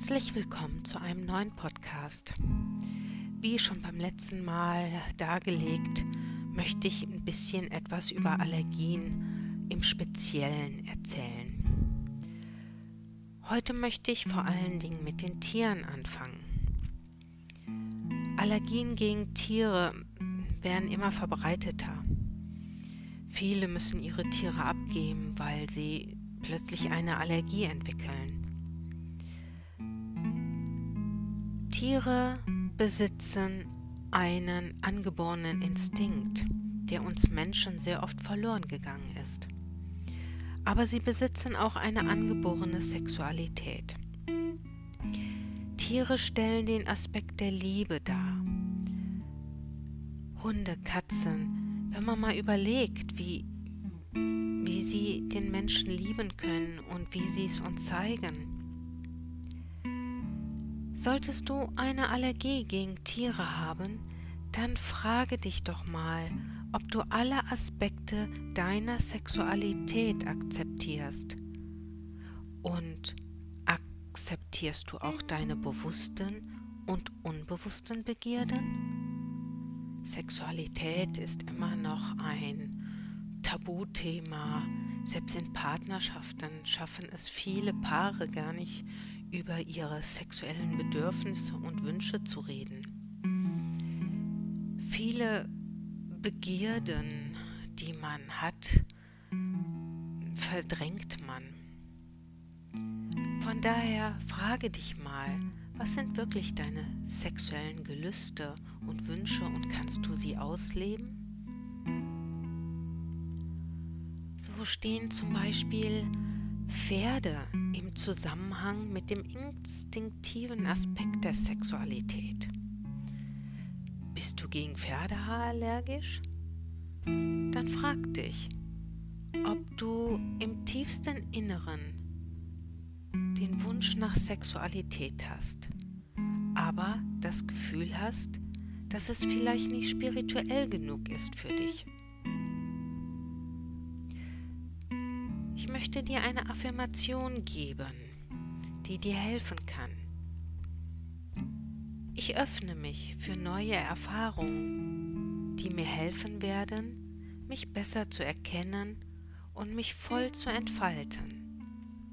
Herzlich willkommen zu einem neuen Podcast. Wie schon beim letzten Mal dargelegt, möchte ich ein bisschen etwas über Allergien im Speziellen erzählen. Heute möchte ich vor allen Dingen mit den Tieren anfangen. Allergien gegen Tiere werden immer verbreiteter. Viele müssen ihre Tiere abgeben, weil sie plötzlich eine Allergie entwickeln. Tiere besitzen einen angeborenen Instinkt, der uns Menschen sehr oft verloren gegangen ist. Aber sie besitzen auch eine angeborene Sexualität. Tiere stellen den Aspekt der Liebe dar. Hunde, Katzen, wenn man mal überlegt, wie sie den Menschen lieben können und wie sie es uns zeigen. Solltest du eine Allergie gegen Tiere haben, dann frage dich doch mal, ob du alle Aspekte deiner Sexualität akzeptierst. Und akzeptierst du auch deine bewussten und unbewussten Begierden? Sexualität ist immer noch ein Tabuthema. Selbst in Partnerschaften schaffen es viele Paare gar nicht, über ihre sexuellen Bedürfnisse und Wünsche zu reden. Viele Begierden, die man hat, verdrängt man. Von daher frage dich mal, was sind wirklich deine sexuellen Gelüste und Wünsche und kannst du sie ausleben? So stehen zum Beispiel Pferde im Zusammenhang mit dem instinktiven Aspekt der Sexualität. Bist du gegen Pferdehaar allergisch? Dann frag dich, ob du im tiefsten Inneren den Wunsch nach Sexualität hast, aber das Gefühl hast, dass es vielleicht nicht spirituell genug ist für dich. Ich möchte dir eine Affirmation geben, die dir helfen kann. Ich öffne mich für neue Erfahrungen, die mir helfen werden, mich besser zu erkennen und mich voll zu entfalten.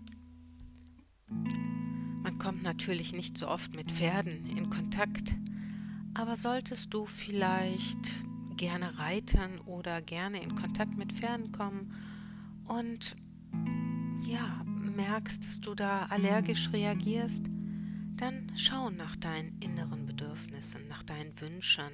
Man kommt natürlich nicht so oft mit Pferden in Kontakt, aber solltest du vielleicht gerne reiten oder gerne in Kontakt mit Pferden kommen und merkst, dass du da allergisch reagierst, dann schau nach deinen inneren Bedürfnissen, nach deinen Wünschen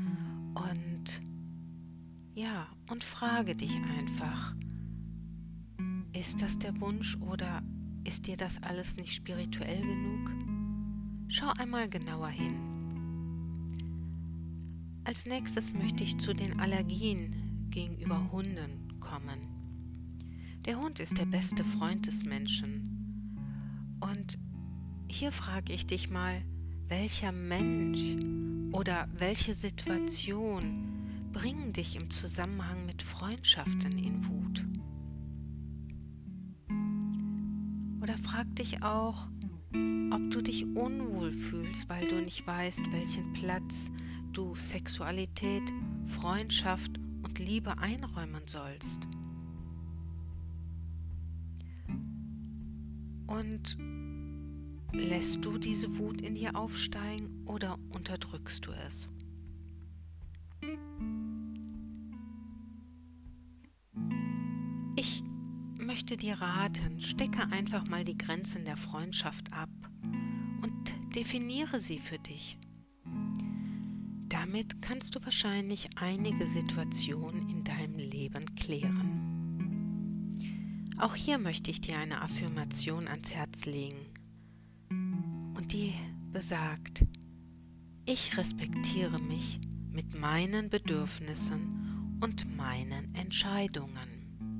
und frage dich einfach, ist das der Wunsch oder ist dir das alles nicht spirituell genug? Schau einmal genauer hin. Als nächstes möchte ich zu den Allergien gegenüber Hunden kommen. Der Hund ist der beste Freund des Menschen. Und hier frage ich dich mal, welcher Mensch oder welche Situation bringen dich im Zusammenhang mit Freundschaften in Wut? Oder frag dich auch, ob du dich unwohl fühlst, weil du nicht weißt, welchen Platz du Sexualität, Freundschaft und Liebe einräumen sollst. Und lässt du diese Wut in dir aufsteigen oder unterdrückst du es? Ich möchte dir raten, stecke einfach mal die Grenzen der Freundschaft ab und definiere sie für dich. Damit kannst du wahrscheinlich einige Situationen in deinem Leben klären. Auch hier möchte ich dir eine Affirmation ans Herz legen. Und die besagt, ich respektiere mich mit meinen Bedürfnissen und meinen Entscheidungen.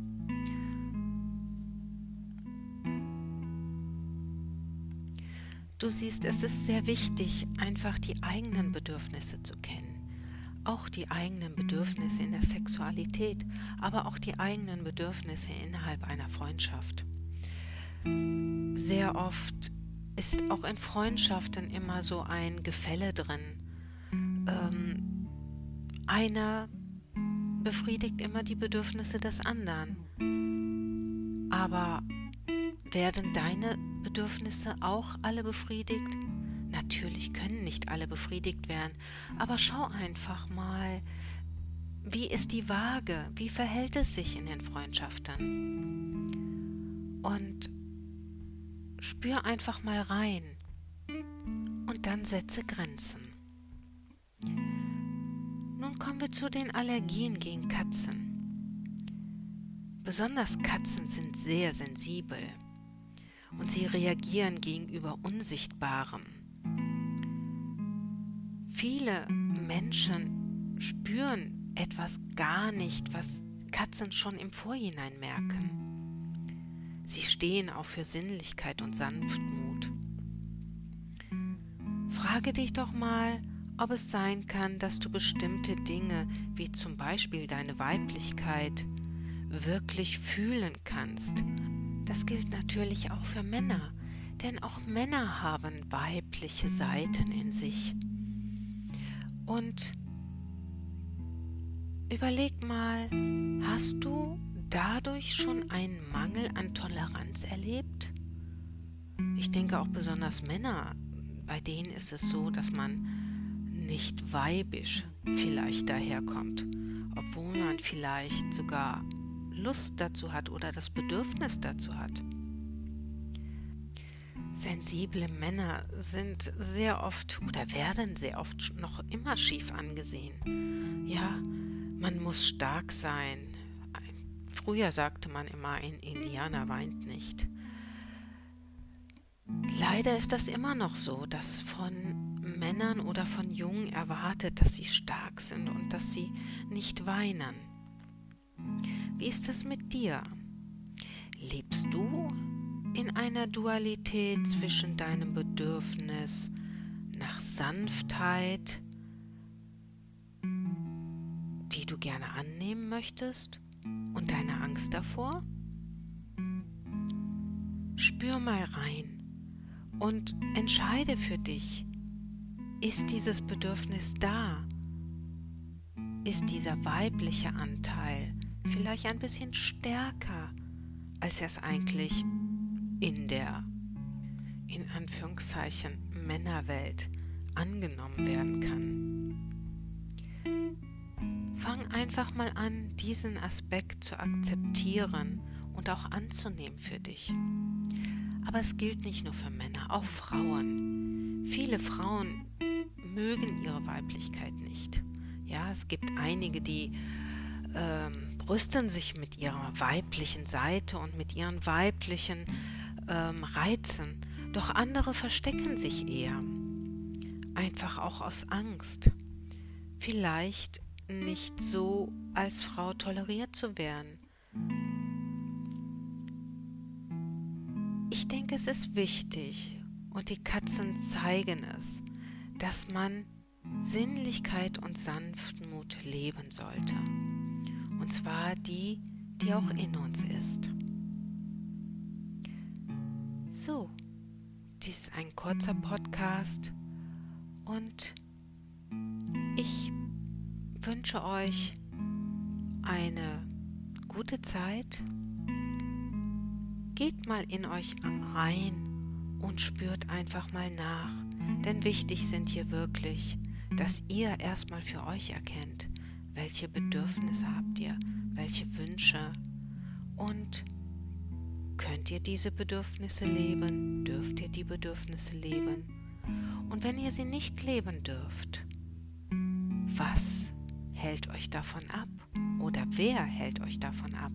Du siehst, es ist sehr wichtig, einfach die eigenen Bedürfnisse zu kennen. Auch die eigenen Bedürfnisse in der Sexualität, aber auch die eigenen Bedürfnisse innerhalb einer Freundschaft. Sehr oft ist auch in Freundschaften immer so ein Gefälle drin. Einer befriedigt immer die Bedürfnisse des anderen. Aber werden deine Bedürfnisse auch alle befriedigt? Natürlich können nicht alle befriedigt werden, aber schau einfach mal, wie ist die Waage? Wie verhält es sich in den Freundschaften? Und spür einfach mal rein und dann setze Grenzen. Nun kommen wir zu den Allergien gegen Katzen. Besonders Katzen sind sehr sensibel und sie reagieren gegenüber Unsichtbarem. Viele Menschen spüren etwas gar nicht, was Katzen schon im Vorhinein merken. Sie stehen auch für Sinnlichkeit und Sanftmut. Frage dich doch mal, ob es sein kann, dass du bestimmte Dinge, wie zum Beispiel deine Weiblichkeit, wirklich fühlen kannst. Das gilt natürlich auch für Männer, denn auch Männer haben weibliche Seiten in sich. Und überleg mal, hast du dadurch schon einen Mangel an Toleranz erlebt? Ich denke auch besonders Männer, bei denen ist es so, dass man nicht weibisch vielleicht daherkommt, obwohl man vielleicht sogar Lust dazu hat oder das Bedürfnis dazu hat. Sensible Männer sind sehr oft oder werden sehr oft noch immer schief angesehen. Ja, man muss stark sein. Früher sagte man immer, ein Indianer weint nicht. Leider ist das immer noch so, dass von Männern oder von Jungen erwartet, dass sie stark sind und dass sie nicht weinen. Wie ist es mit dir? Lebst du in einer Dualität zwischen deinem Bedürfnis nach Sanftheit, die du gerne annehmen möchtest, und deiner Angst davor? Spür mal rein und entscheide für dich, ist dieses Bedürfnis da? Ist dieser weibliche Anteil vielleicht ein bisschen stärker, als er es eigentlich in der, in Anführungszeichen, Männerwelt angenommen werden kann? Fang einfach mal an, diesen Aspekt zu akzeptieren und auch anzunehmen für dich. Aber es gilt nicht nur für Männer, auch Frauen. Viele Frauen mögen ihre Weiblichkeit nicht. Ja, es gibt einige, die brüsten sich mit ihrer weiblichen Seite und mit ihren weiblichen Reizen. Doch andere verstecken sich eher. Einfach auch aus Angst. Vielleicht nicht so als Frau toleriert zu werden. Ich denke, es ist wichtig, und die Katzen zeigen es, dass man Sinnlichkeit und Sanftmut leben sollte. Und zwar die, die auch in uns ist. So, dies ist ein kurzer Podcast und ich wünsche euch eine gute Zeit. Geht mal in euch rein und spürt einfach mal nach, denn wichtig sind hier wirklich, dass ihr erstmal für euch erkennt, welche Bedürfnisse habt ihr, welche Wünsche, und könnt ihr diese Bedürfnisse leben, dürft ihr die Bedürfnisse leben, und wenn ihr sie nicht leben dürft, was hält euch davon ab oder wer hält euch davon ab?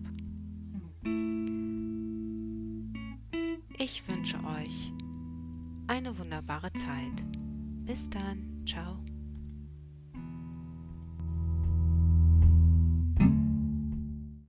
Ich wünsche euch eine wunderbare Zeit. Bis dann. Ciao.